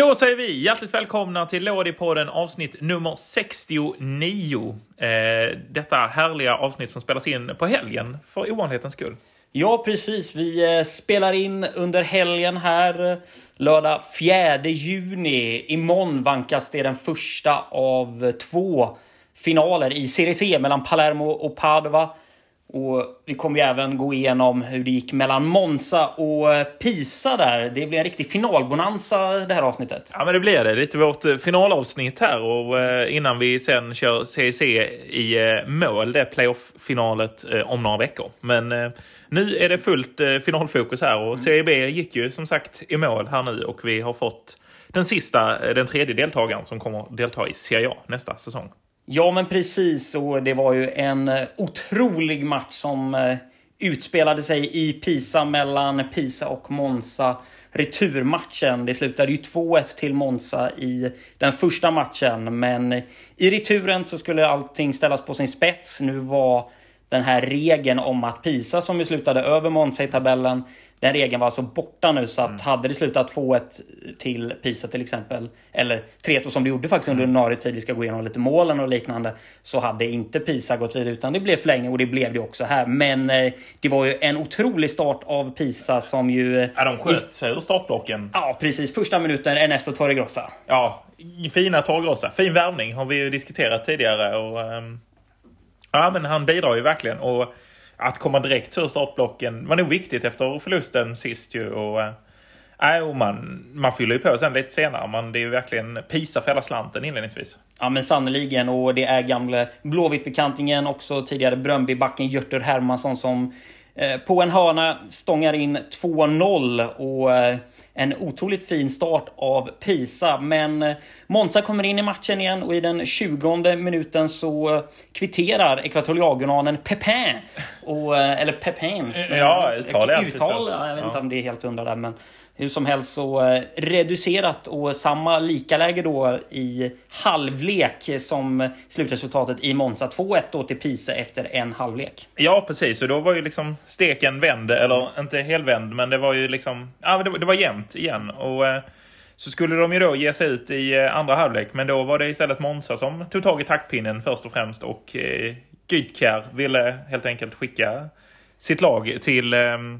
Då säger vi hjärtligt välkomna till Lodi-podden avsnitt nummer 69. Detta härliga avsnitt som spelas in på helgen för ovanlighetens skull. Ja, precis. Vi spelar in under helgen här. Lördag 4 juni. Imorgon vankas det den första av 2 finaler i Serie C mellan Palermo och Padova. Och vi kommer ju även gå igenom hur det gick mellan Monza och Pisa där. Det blir en riktig finalbonanza det här avsnittet. Ja, men det blir det. Lite vårt finalavsnitt här. Och innan vi sen kör CEC i mål, det playoff-finalet om några veckor. Men nu är det fullt finalfokus här. Och Serie B gick ju som sagt i mål här nu. Och vi har fått den tredje deltagaren som kommer delta i Serie A nästa säsong. Ja, men precis. Och det var ju en otrolig match som utspelade sig i Pisa mellan Pisa och Monza. Returmatchen. Det slutade ju 2-1 till Monza i den första matchen. Men i returen så skulle allting ställas på sin spets. Nu var den här regeln om att Pisa, som ju slutade över Monza i tabellen, den regeln var alltså borta nu. Så att hade det slutat 2-1 till Pisa till exempel, eller 3-2 som det gjorde faktiskt under ordinarie tid, vi ska gå igenom lite målen och liknande, så hade inte Pisa gått vidare, utan det blev förlängning, och det blev det också här. Men det var ju en otrolig start av Pisa som ju... Ja, de sköt sig ur startblocken. Ja, precis. Första minuten Ernesto Torregrossa. Ja, fina Torregrossa. Fin värvning har vi ju diskuterat tidigare. Och, ja, men han bidrar ju verkligen. Och att komma direkt ur startblocken var nog viktigt efter förlusten sist ju. Och man fyller ju på sen lite senare. Men det är ju verkligen Pisa för hela slanten inledningsvis. Ja, men sannoliken. Och det är gamla Blåvitt-bekantingen också. Tidigare Bröndbybacken Hjörtur Hermansson som på en hörna stångar in 2-0. Och en otroligt fin start av Pisa. Men Monza kommer in i matchen igen. Och i den 20:e minuten så kvitterar ekvatorialguananen Pepin. Eller Pepin. Ja, uttal. Jag vet inte om det är helt undra där, men hur som helst så reducerat, och samma likaläge då i halvlek som slutresultatet i Monza. 2-1 då till Pisa efter en halvlek. Ja, precis. Och då var ju liksom steken vänd, eller inte helvänd, men det var ju liksom, ja, det var jämnt igen. Och så skulle de ju då ge sig ut i andra halvlek, men då var det istället Monza som tog tag i taktpinnen först och främst, och Gydkär ville helt enkelt skicka sitt lag till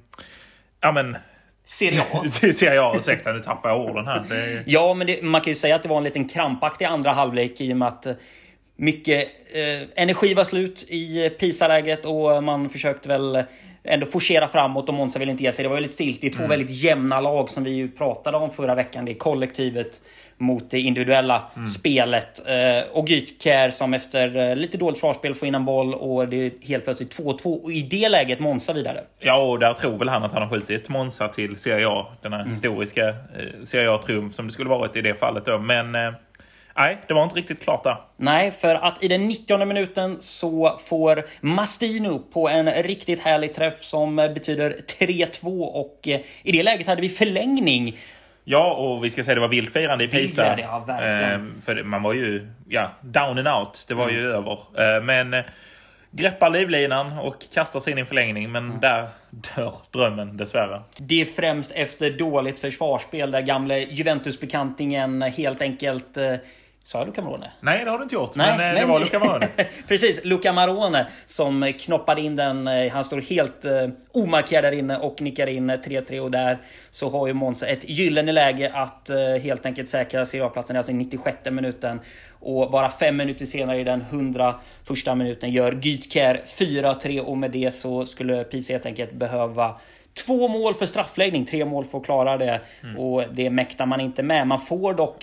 Serie A, ursäkta, nu tappar jag orden här. Ja, men man kan ju säga att det var en liten krampaktig andra halvlek i och med att mycket energi var slut i Pisa-läget, och man försökte väl ändå forcera framåt, och Monza ville inte ge sig. Det var ju lite stilt. Det är 2 väldigt jämna lag som vi ju pratade om förra veckan. Det är kollektivet mot det individuella spelet. Och Gydkär som efter lite dåligt försvarsspel får in en boll, och det är helt plötsligt 2-2. Och i det läget Monza vidare. Ja, och där tror väl han att han har skjutit Monza till Serie A. Den här historiska Serie A-triumf som det skulle varit i det fallet då. Men nej, det var inte riktigt klart där. Nej, för att i den 90:e minuten så får Mastino på en riktigt härlig träff som betyder 3-2. Och i det läget hade vi förlängning. Ja, och vi ska säga det var vilt firande i Pisa. Ja, verkligen. För man var ju down and out. Det var ju över. Men greppar livlinan och kastar sig in i en förlängning. Men där dör drömmen dessvärre. Det är främst efter dåligt försvarsspel där gamla Juventus-bekantingen helt enkelt... Sa Luca Marone? Nej, det har du inte gjort. Men det var Luca Marone. Precis, Luca Marone som knoppade in den. Han står helt omarkerad där inne och nickar in 3-3. Och där så har ju Monza ett gyllene läge att helt enkelt säkra Serie A-platsen. Alltså i 96:e minuten. Och bara 5 minuter senare i den 101:a minuten gör Gydkär 4-3. Och med det så skulle Pisa helt enkelt behöva 2 mål för straffläggning. 3 mål för att klara det. Och det mäktar man inte med. Man får dock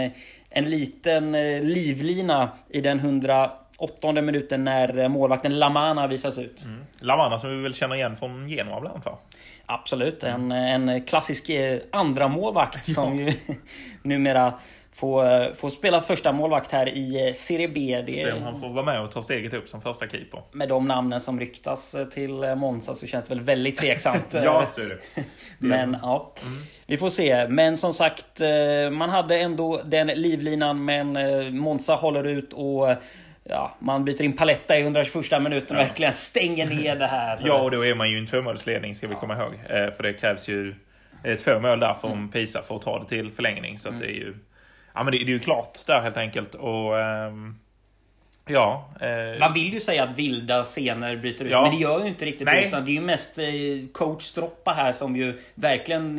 en liten livlina i den 108:e minuten när målvakten Lamana visas ut. Lamana som vi väl känner igen från Genoa bland annat. Absolut, en klassisk andra målvakt som ju numera får spela första målvakt här i Serie B. Se om han får vara med och ta steget upp som första keeper. Med de namnen som ryktas till Monza så känns det väl väldigt tveksamt. Ja, så är det. Men ja, vi får se. Men som sagt, man hade ändå den livlinan, men Monza håller ut och man byter in Paletta i 121:a minuten och verkligen stänger ner det här. Ja, och då är man ju en 2-målsledning, ska vi komma ihåg. För det krävs ju 2 mål där från Pisa för att ta det till förlängning. Så att det är ju... Ja, men det är ju klart där helt enkelt. Och... Man vill ju säga att vilda scener bryter ut, ja. men det gör ju inte riktigt Nej. utan det är ju mest coach Stroppa här som ju verkligen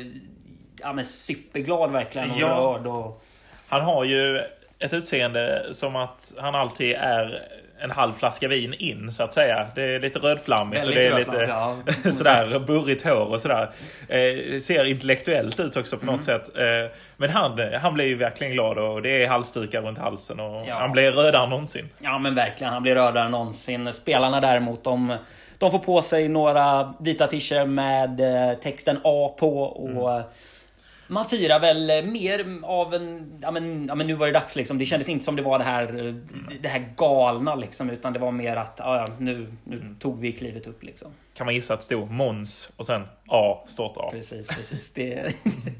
är superglad verkligen och rörd. Och... Han har ju ett utseende som att han alltid är en halv flaska vin in, så att säga. Det är lite rödflammigt och det är lite sådär burrigt hår och sådär. Ser intellektuellt ut också på något sätt. Men han blir ju verkligen glad och det är halsdukar runt halsen och han blir rödare än någonsin. Ja, men verkligen. Han blir rödare än någonsin. Spelarna däremot, de får på sig några vita t-shirts med texten A på och... Man firar väl mer av en... Ja men nu var det dags liksom. Det kändes inte som det var det här galna liksom. Utan det var mer att nu tog vi klivet upp liksom. Kan man gissa att det stod Måns och sen A, stort A. Precis. Det är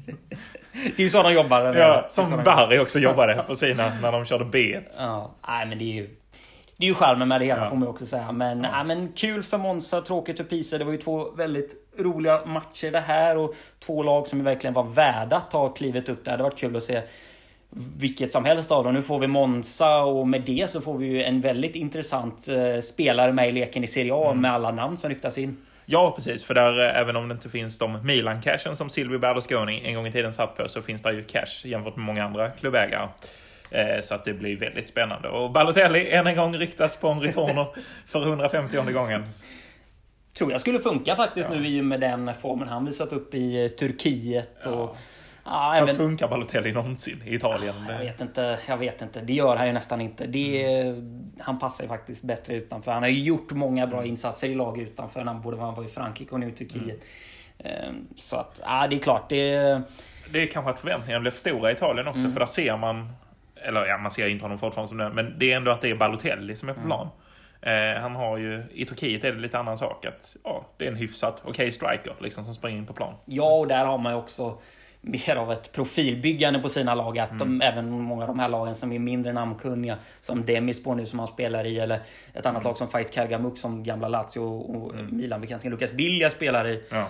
ju så de jobbar. Ja, som Barry också jobbade på sina när de körde B. Ja, nej men det är ju charmen med det hela får man också säga. Men kul för Monza, tråkigt för Pisa. Det var ju 2 väldigt roliga matcher det här. Och 2 lag som verkligen var värda att ta klivet upp där. Det har varit kul att se vilket som helst av dem. Nu får vi Monza och med det så får vi ju en väldigt intressant spelare med i leken i Serie A med alla namn som ryktas in. Ja, precis. För där, även om det inte finns de Milan-cashen som Silvio Berlusconi en gång i tiden satt på, så finns det ju cash jämfört med många andra klubbägare. Så att det blir väldigt spännande. Och Balotelli än en gång ryktas på en returner för 150:e gången. Tror jag skulle funka faktiskt nu i och med den formen han visat upp i Turkiet. Och, fast funkar Balotelli någonsin i Italien? Jag vet inte. Det gör han ju nästan inte. Han passar ju faktiskt bättre utanför. Han har ju gjort många bra insatser i lag utanför. Han borde vara i Frankrike och nu i Turkiet. Så att, det är klart. Det är kanske att förväntningarna blev för stora i Italien också. För där ser man... Eller man ser inte honom fortfarande som den. Men det är ändå att det är Balotelli som är på plan. Han har ju... I Turkiet är det lite annan sak. Att, det är en hyfsat okej striker liksom, som springer in på plan. Ja, och där har man ju också mer av ett profilbyggande på sina lag. Att även många av de här lagen som är mindre namnkunniga, som Demispor nu som han spelar i, eller ett annat lag som Fight Kargamuk som gamla Lazio och Milan, vi kan tänka Lukas Bilja spelar i. Ja.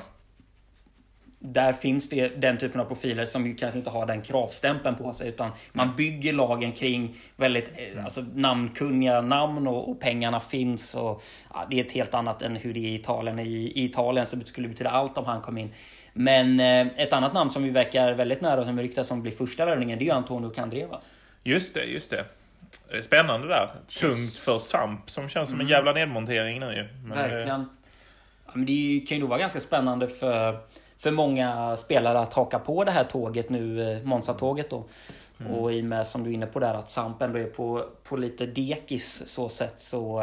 Där finns det den typen av profiler som ju kanske inte har den kravstämpeln på sig, utan man bygger lagen kring väldigt namnkunniga namn och pengarna finns. Och, det är ett helt annat än hur det är i Italien. I Italien så skulle det betyda allt om han kom in. Men ett annat namn som vi verkar väldigt nära och som vi ryktas som blir första värvningen, det är ju Antonio Candreva. Just det. Spännande där. Tungt för Samp som känns som en jävla nedmontering nu. Men verkligen. Men det kan ju nog vara ganska spännande för många spelare att haka på det här tåget nu, Monza-tåget då. Och i och med, som du är inne på där, att Samp ändå är på lite dekis så sätt,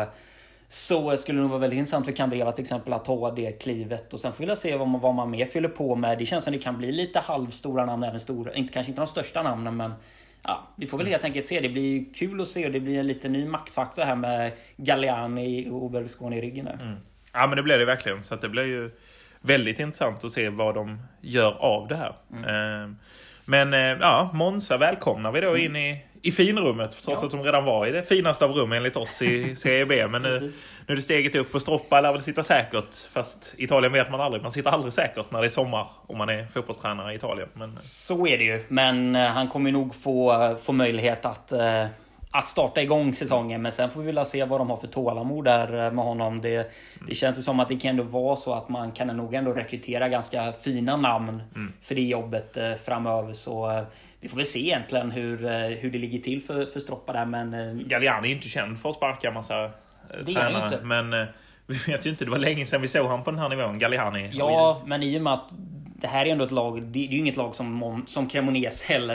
så skulle det nog vara väldigt intressant för Candreva till exempel att ta det klivet. Och sen får vi se vad man mer fyller på med. Det känns som det kan bli lite halvstora namn, även stora, kanske inte de största namnen, men vi får väl helt enkelt se. Det blir kul att se, och det blir en lite ny maktfaktor här med Galliani och Berlusconi i ryggen där. Ja, men det blir det verkligen. Så att det blir ju väldigt intressant att se vad de gör av det här. Men Monza välkomnar vi då in i finrummet, trots att de redan var i det finaste av rum enligt oss i Serie B. Men nu är det steget upp, på Stroppa lär väl sitta säkert. Fast i Italien vet man aldrig. Man sitter aldrig säkert när det är sommar om man är fotbollstränare i Italien. Men så är det ju. Men han kommer nog få möjlighet att starta igång säsongen. Men sen får vi väl se vad de har för tålamod där med honom. Det känns ju som att det kan ändå vara så att man kan nog ändå rekrytera ganska fina namn för det jobbet framöver. Så vi får väl se egentligen hur det ligger till för Stroppa där. Men Galliani är inte känd för att sparka massa tränare. Men vi vet ju inte, det var länge sedan vi såg han på den här nivån, Galliani. Ja, men i och med att det här är ändå ett lag, det är ju inget lag som Cremonese eller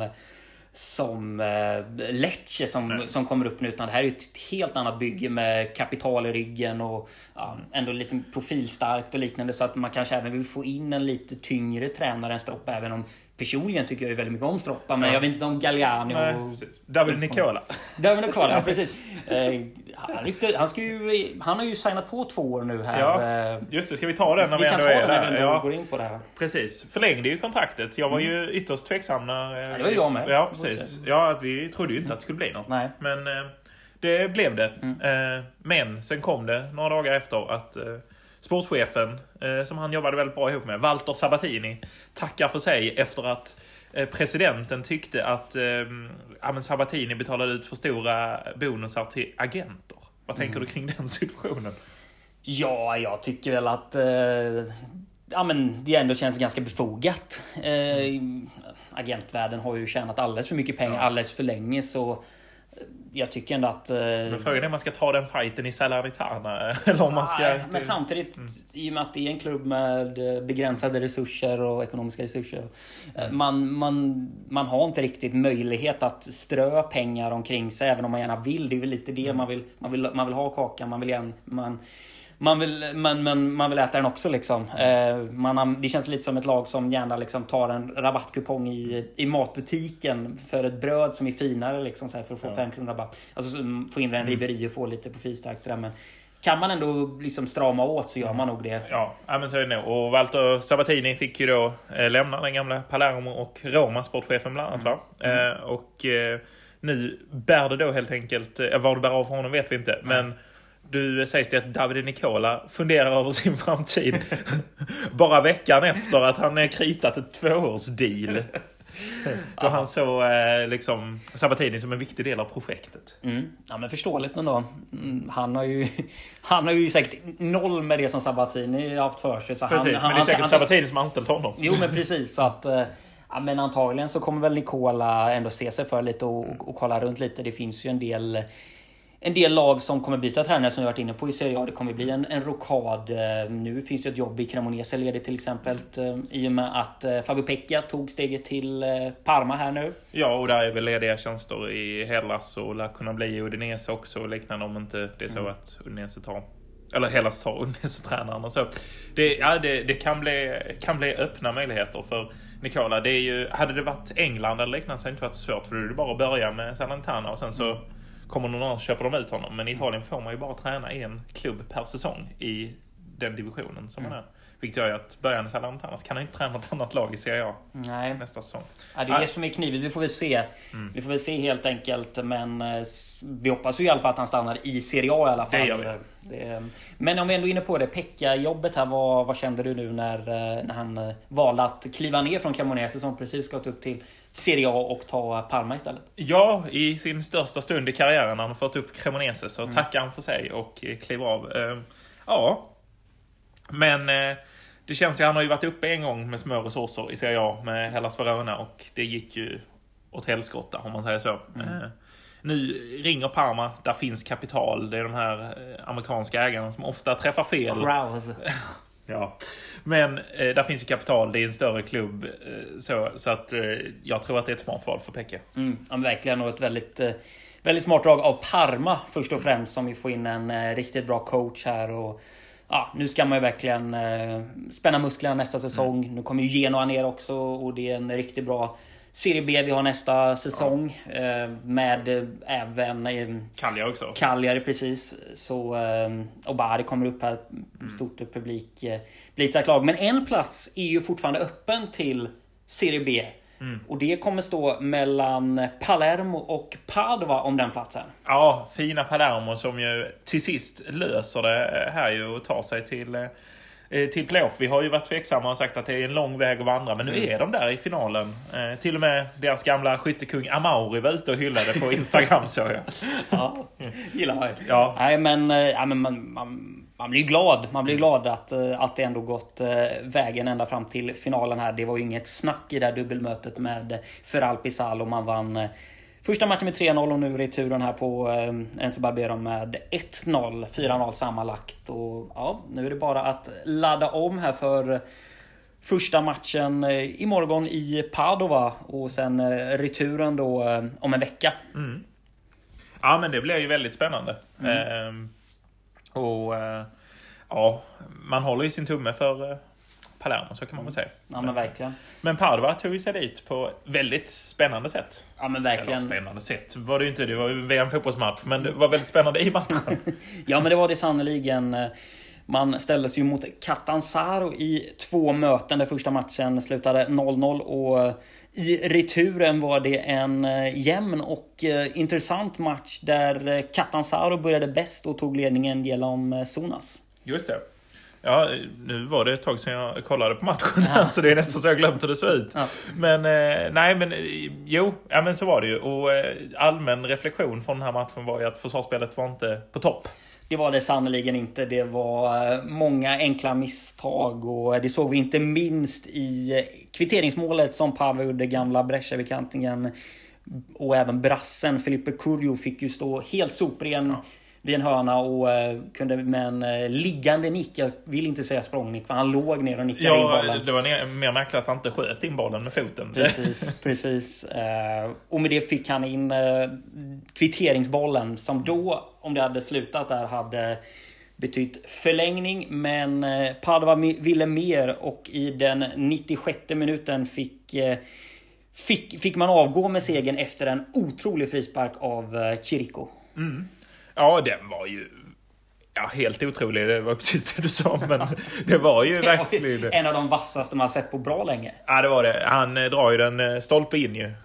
som Lecce som kommer upp nu, utan det här är ju ett helt annat bygge med kapital i ryggen och ändå lite profilstarkt och liknande, så att man kanske även vill få in en lite tyngre tränare än Stroppa, även om personligen tycker jag väldigt mycket om Stroppa, men jag vet inte om Galliani och David Nicola, precis. Han har ju signat på 2 år nu här. Ja, just det, ska vi ta den när vi ändå är där? Går in på det här. Precis, förlängde ju kontraktet. Jag var ju ytterst tveksam när... det var jag med. Ja, precis. Ja, vi trodde ju inte att det skulle bli något. Nej. Men det blev det. Men sen kom det några dagar efter att sportchefen, som han jobbade väldigt bra ihop med, Walter Sabatini, tackar för sig efter att presidenten tyckte att Sabatini betalade ut för stora bonusar till agenter. Vad tänker du kring den situationen? Ja, jag tycker väl att det ändå känns ganska befogat. Agentvärlden har ju tjänat alldeles för mycket pengar alldeles för länge, så jag tycker ändå att... Men frågan är om man ska ta den fighten i Salernitana eller om man ska... Men samtidigt, i och med att det är en klubb med begränsade resurser och ekonomiska resurser, man har inte riktigt möjlighet att strö pengar omkring sig, även om man gärna vill. Det är väl lite det man vill ha kakan, man vill äta den också liksom. Det känns lite som ett lag som gärna liksom tar en rabattkupong i matbutiken för ett bröd som är finare liksom, så här, för att få 5 kronor rabatt. Alltså få in en Ribéry och få lite profilstarkt sådär. Men kan man ändå liksom strama åt så gör man nog det. Ja, men så är det nog. Och Walter Sabatini fick ju då lämna den gamla Palermo och Roma sportchefen bland annat, va? Och nu bär det då helt enkelt, vad det bär av för honom vet vi inte, men du sägs det att Davide Nicola funderar över sin framtid bara veckan efter att han kritat ett 2-årsdeal. Då han så liksom Sabatini som en viktig del av projektet. Ja, men förståeligt ändå. Han har ju säkert noll med det som Sabatini har haft för sig. Så precis, men det är säkert Sabatini som anställt honom. Jo, men precis, så att... men antagligen så kommer väl Nicola ändå se sig för lite och kolla runt lite. Det finns ju en del lag som kommer byta tränare, som jag varit inne på i Serie A. Det kommer bli en rokad. Nu finns det ett jobb i Cremonese ledigt till exempel, i och med att Fabio Pecchia tog steget till Parma här nu. Ja, och där är väl lediga tjänster i Hellas och lär kunna bli i Udinese också, liknande, om inte det är så att Udinese tar, eller Hellas tar Udinese-tränaren och så. Det kan bli öppna möjligheter för Nicola. Det är ju, hade det varit England eller liknande så hade det inte varit svårt, för det är bara att börja med Salernitana och sen så kommer någon annan och köper de ut honom. Men i Italien får man ju bara träna en klubb per säsong i den divisionen som man är. Vilket gör ju att början i Salernitana kan han inte träna ett annat lag i Serie A nästa säsong. Ja, det är det som är knivigt. Vi får väl se. Vi får väl se helt enkelt. Men vi hoppas ju i alla fall att han stannar i Serie A i alla fall. Det gör vi. Men om vi ändå är inne på det, Pecchia-jobbet här, vad kände du nu när han valde att kliva ner från Cremonese som precis gått upp till Serie A och ta Parma istället? Ja, i sin största stund i karriären han har fått upp Cremonese, så tackar han för sig och kliver av. Men det känns ju, han har ju varit uppe en gång med små resurser i Serie A med Hellas Verona och det gick ju åt helskotta, om man säger så. Nu ringer Parma, där finns kapital. Det är de här amerikanska ägarna som ofta träffar fel. Ja, men där finns ju kapital, det är en större klubb, så att jag tror att det är ett smart val för Pecchia. Ja, verkligen, och ett väldigt smart drag av Parma först och främst, som vi får in en riktigt bra coach här. Och nu ska man ju verkligen spänna musklerna nästa säsong. Nu kommer ju Genoa ner också, och det är en riktigt bra Serie B vi har nästa säsong, med även Cagliari också. Cagliari, precis. Så, och Bari kommer upp här, stort publik, blir starkt lag. Men en plats är ju fortfarande öppen till Serie B. Och det kommer stå mellan Palermo och Padova om den platsen. Ja, fina Palermo som ju till sist löser det här ju och tar sig till playoff. Vi har ju varit tveksamma och sagt att det är en lång väg att vandra, men nu är de där i finalen. Till och med deras gamla skyttekung Amauri var ute och hyllade på Instagram, så jag. Ja, gillar man. Ja. Nej, men man blir glad. Man blir glad att det ändå gått vägen ända fram till finalen här. Det var ju inget snack i det här dubbelmötet med Ferral Pisalo. Man vann första matchen med 3-0 och nu returen här på Enzo Barbero med 1-0, 4-0 sammanlagt. Och nu är det bara att ladda om här för första matchen imorgon i Padova och sen returen då om en vecka. Ja, men det blir ju väldigt spännande. Man håller ju sin tumme för Palermo, så kan man väl säga. Ja, men verkligen. Men Padova tog ju sig dit på väldigt spännande sätt. Ja, men verkligen. Eller spännande sätt var det ju inte, det var ju en VM-fotbollsmatch, men det var väldigt spännande i matchen. Ja, men det var det sannoliken. Man ställdes ju mot Catanzaro i 2 möten. Den första matchen slutade 0-0 och i returen var det en jämn och intressant match där Catanzaro började bäst och tog ledningen genom Zonas. Just det. Ja, nu var det ett tag sedan jag kollade på matchen här, så det är nästan så jag glömt hur det såg ut. Ja. Men men så var det ju. Och allmän reflektion från den här matchen var ju att försvarsspelet var inte på topp. Det var det sannoliken inte. Det var många enkla misstag och det såg vi inte minst i kvitteringsmålet som Pavel gjorde, gamla Brescia-bekantingen, och även brassen Filipe Curjo fick ju stå helt sopren vid en hörna och kunde med en liggande nick, jag vill inte säga språngnick för han låg ner och nickade in bollen. Det var mer märkligt att han inte sköt in bollen med foten. Precis. Och med det fick han in kvitteringsbollen som då, om det hade slutat där, hade betytt förlängning, men Padova ville mer och i den 96:e minuten fick man avgå med segern efter en otrolig frispark av Chirico. Mm. Ja, den var ju helt otrolig. Det var precis det du sa, men det var ju verkligen en av de vassaste man sett på bra länge. Ja, det var det. Han drar ju den stolpe in ju.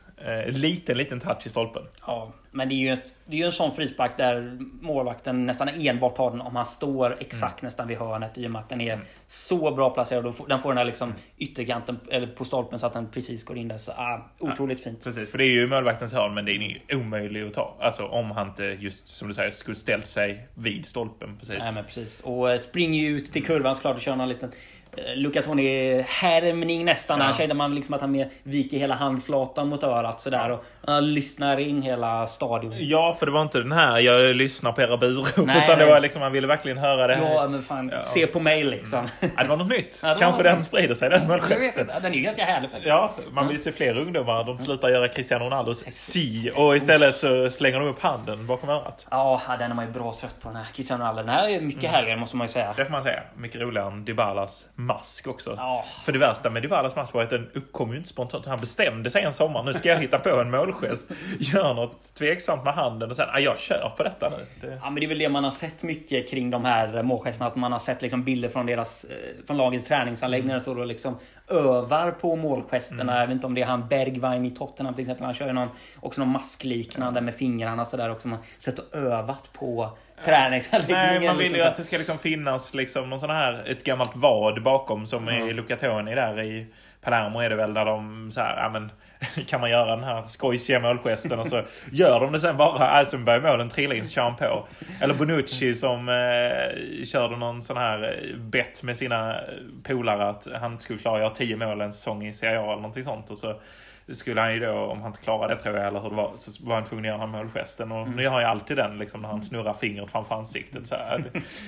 Liten touch i stolpen. Ja, men det är ju en sån frispark där målvakten nästan enbart har den om han står exakt nästan vid hörnet, i och med att den är så bra placerad och den får den här liksom ytterkanten eller på stolpen så att den precis går in där. Så otroligt fint. Precis, för det är ju målvaktens hörn, men det är ju omöjligt att ta. Alltså om han inte, just som du säger, skulle ställt sig vid stolpen. Precis. Nej, men precis. Och springer ju ut till kurvan, såklart, och kör någon liten Luca Toni härmning nästan. Han kände man liksom att han med viker hela handflatan mot örat sådär och lyssnar in hela stadion. Ja, för det var inte den här jag lyssnar på era burop, utan det var liksom, man ville verkligen höra det här. Ja, men fan, se på mig liksom. Det var något nytt. Kanske den sprider sig, den målgesten. Den är ju ganska härlig faktiskt. Ja, man vill se fler ungdomar. De slutar göra Cristiano Ronaldos och istället så slänger de upp handen bakom örat. Ja, den är man ju bra trött på, den här Cristiano Ronaldo. Den här är mycket härligare, måste man ju säga. Det får man säga. Mycket roligare än Dybalas mask också. Ja. För det värsta med Dybalas mask var att den uppkom ju inte spontant. Han bestämde sig en sommar, nu ska jag hitta på en målgest, gör något tveksamt med handen och sen, jag kör på detta nu. Ja, men det är väl det man har sett mycket kring de här målgesterna, att man har sett liksom bilder från lagets träningsanläggningar och och liksom övar på målgesterna. Jag vet inte om det är han Bergwijn i Tottenham till exempel, han kör ju någon maskliknande med fingrarna och sådär också, man sett och övat på träningsanläggningen. Nej, man vill ju att det ska liksom finnas liksom någon sån här, ett gammalt vad bakom som är i Luca Toni där i Palermo är det väl, där de så här, kan man göra den här skojsiga målgesten och så gör de det sen bara, alltså börjar målen trilla in, så kör han på. Eller Bonucci som körde någon sån här bett med sina polare att han skulle klara 10 mål en säsong i Serie A eller någonting sånt, och så skulle han ju då, om han inte klarade det tror jag, eller hur det var, så var han tvungen att göra den här målgesten. Och nu har jag alltid den liksom, när han snurrar fingret framför ansiktet så här.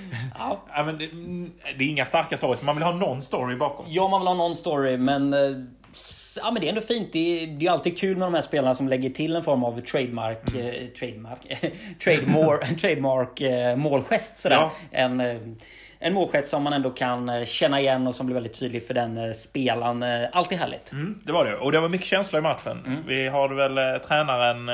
Ja, men det är inga starka stories, man vill ha någon story bakom. Ja, man vill ha någon story, men men det är ändå fint. Det är alltid kul med de här spelarna som lägger till en form av trademark målgest sådär. Ja. En målgest som man ändå kan känna igen och som blir väldigt tydlig för den spelaren. Alltid härligt. Det var det. Och det var mycket känsla i matchen. Vi har väl tränaren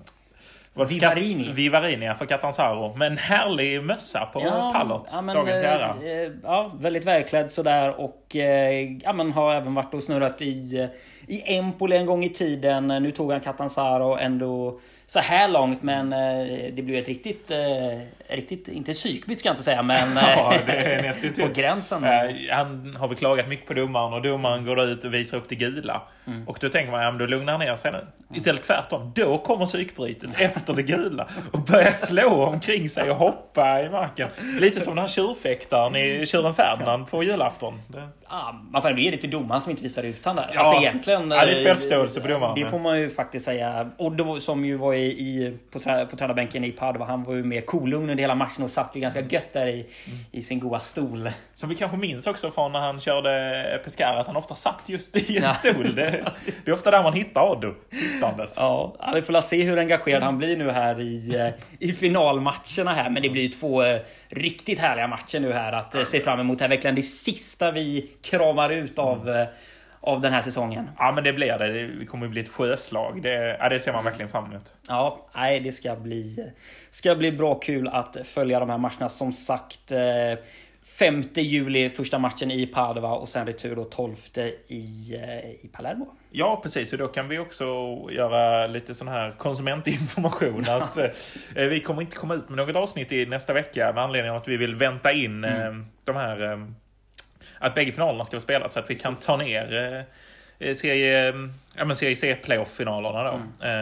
Vivarini för Catanzaro. Men en härlig mössa på pallot. Dagen till ära. Ja, väldigt välklädd sådär. Och man har även varit och snurrat i Empoli en gång i tiden. Nu tog han Catanzaro ändå så här långt, men det blev ett riktigt inte psykbyt ska jag inte säga, men det är nästan på gränsen. Han har väl klagat mycket på domaren, och domaren går ut och visar upp det gula. Och då tänker man, då lugnar han ner sig nu. Istället tvärtom, då kommer psykbrytet efter det gula och börjar slå omkring sig och hoppa i marken. Lite som den här tjurfäktaren i Tjuren Ferdinand på julafton. Man får ge det till domaren som inte visar utan där. Alltså egentligen, det är spelförståelse på domaren. Det får man ju faktiskt säga. Och det som ju var på tränarbänken i Padova, han var ju med kolugn under hela matchen och satt ju ganska gött där i sin goda stol. Som vi kanske minns också från när han körde Pescara, att han ofta satt just i en stol. Det är ofta där man hittar Oddo sittandes. Ja, vi får se hur engagerad han blir nu här i finalmatcherna här. Men det blir ju 2 riktigt härliga matcher nu här att se fram emot. Det är verkligen det sista vi kramar ut av den här säsongen. Ja, men det blir det. Det kommer att bli ett sjöslag. Det ser man verkligen fram emot. Ja, det ska bli bra kul att följa de här matcherna. Som sagt, 5 juli första matchen i Padova och sen retur då 12 i Palermo. Ja, precis. Och då kan vi också göra lite sån här konsumentinformation att vi kommer inte komma ut med något avsnitt i nästa vecka med anledning av att vi vill vänta in de här att bägge finalerna ska spelas så att vi kan ta ner serie C-playoff-finalerna då.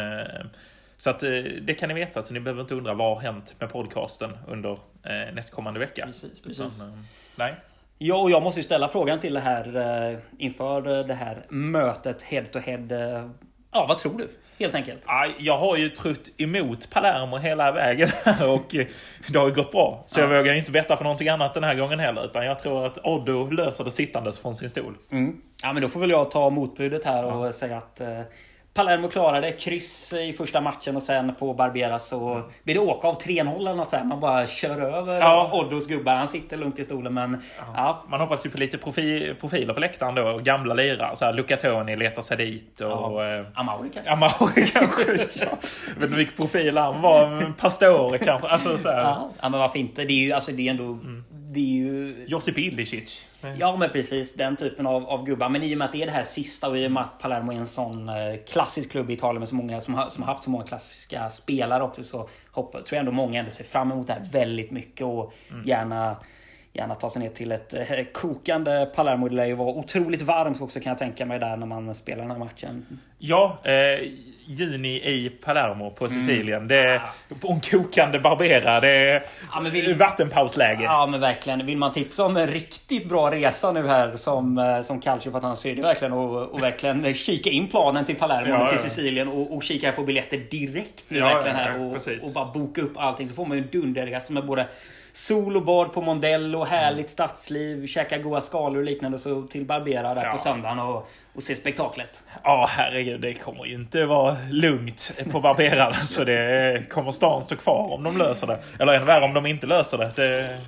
Så att det kan ni veta, så ni behöver inte undra vad har hänt med podcasten under nästkommande vecka. Precis. Nej. Ja, och jag måste ju ställa frågan till det här inför det här mötet head to head. Ja, vad tror du? Helt enkelt. Jag har ju trott emot Palermo hela vägen här och det har ju gått bra. Så jag vågar ju inte veta för någonting annat den här gången heller. Utan jag tror att Oddo löser det sittandes från sin stol. Ja, men då får väl jag ta motbudet här och säga att Palermo klarade kryss i första matchen och sen på Barbera så blir det åka av 3-0 eller något så här. Man bara kör över Oddos gubbar. Han sitter lugnt i stolen, men man hoppas ju på lite profiler på läktaren då, gamla lirare, så här Luca Toni letar sig dit och Amauri kanske. Jag vet inte vilken profil han var, Pastore kanske, alltså så här. Ja, men varför inte? Det är ju alltså det är ändå det är ju Josip Ilicic. Ja, men precis den typen av gubbar. Men i och med att det är det här sista och i och med att Palermo är en sån klassisk klubb i Italien med så många som har haft så många klassiska spelare också, så tror jag ändå många ändå ser fram emot det här väldigt mycket och gärna ta sig ner till ett kokande Palermo. Det lär ju vara otroligt varmt också, kan jag tänka mig, där när man spelar den här matchen. Ja, juni i Palermo på Sicilien. Det är en kokande Barbera. Det är vattenpausläge. Ja, men verkligen. Vill man tipsa om en riktigt bra resa nu här som Calcio för att han ser det verkligen och verkligen kika in planen till Palermo till Sicilien och kika på biljetter direkt nu verkligen här och bara boka upp allting, så får man ju en dunderresa med både sol och bad på Mondello, härligt stadsliv, käka goda skalor och liknande, så till Barbera där på söndagen och se spektaklet. Ja, herregud, det kommer ju inte vara lugnt på Barbera, så det kommer stan stå kvar om de löser det. Eller än värre om de inte löser det.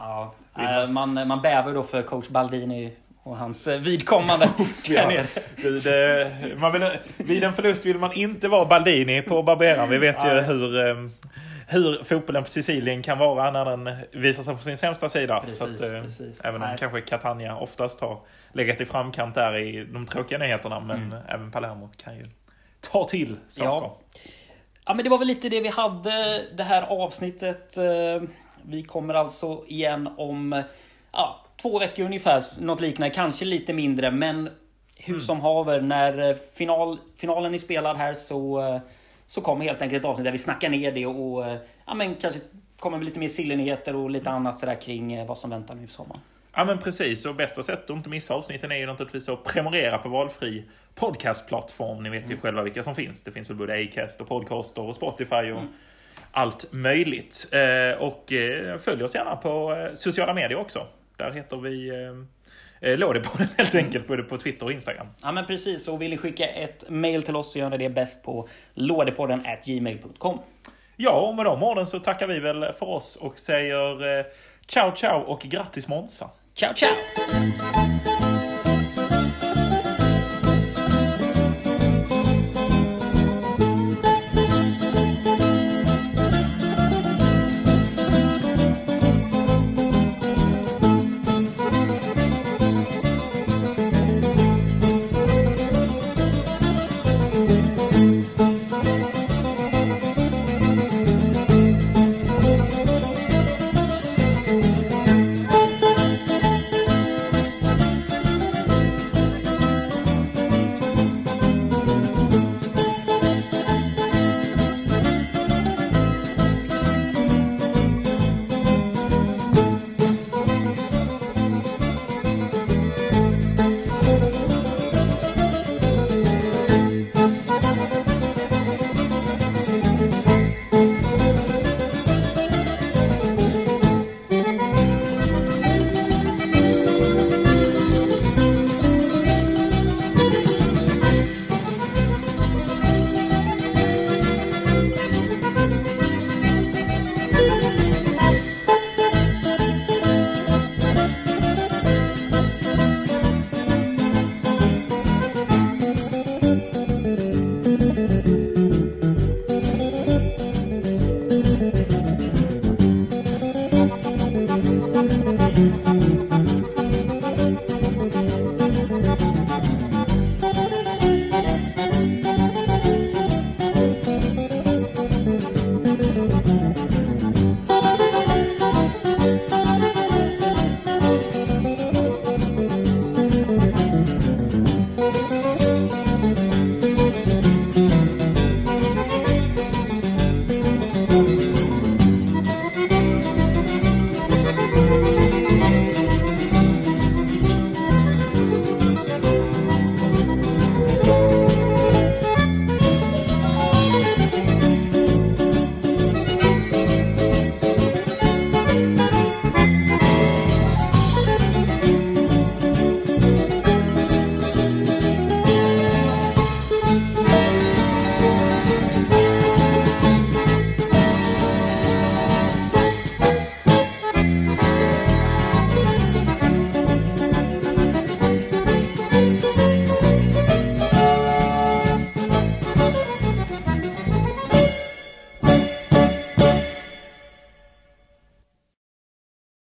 Man bäver då för coach Baldini och hans vidkommande. Vid en förlust vill man inte vara Baldini på Barbera. Vi vet ju hur fotbollen på Sicilien kan vara när den visar sig på sin sämsta sida. Precis. Även om kanske Catania oftast har legat i framkant där i de tråkiga nyheterna, men även Palermo kan ju ta till saker. Ja, men det var väl lite det vi hade det här avsnittet. Vi kommer alltså igen om 2 veckor ungefär, något liknande, kanske lite mindre, men hur som haver, när finalen är spelad här så kommer helt enkelt ett avsnitt där vi snackar ner det och kanske kommer med lite mer sillenheter och lite annat sådär kring vad som väntar nu i sommar. Ja, men precis. Och bästa sättet att inte missa avsnitten är ju naturligtvis att prenumerera på valfri podcastplattform. Ni vet ju själva vilka som finns. Det finns väl både Acast och Podcaster och Spotify och allt möjligt. Och följ oss gärna på sociala medier också. Där heter vi Lådepodden helt enkelt, både på Twitter och Instagram. Ja, men precis. Och vill ni skicka ett mail till oss så gör ni det bäst på lådepodden@gmail.com. Ja, och med de orden så tackar vi väl för oss och säger ciao ciao och grattis Monza. Ciao ciao!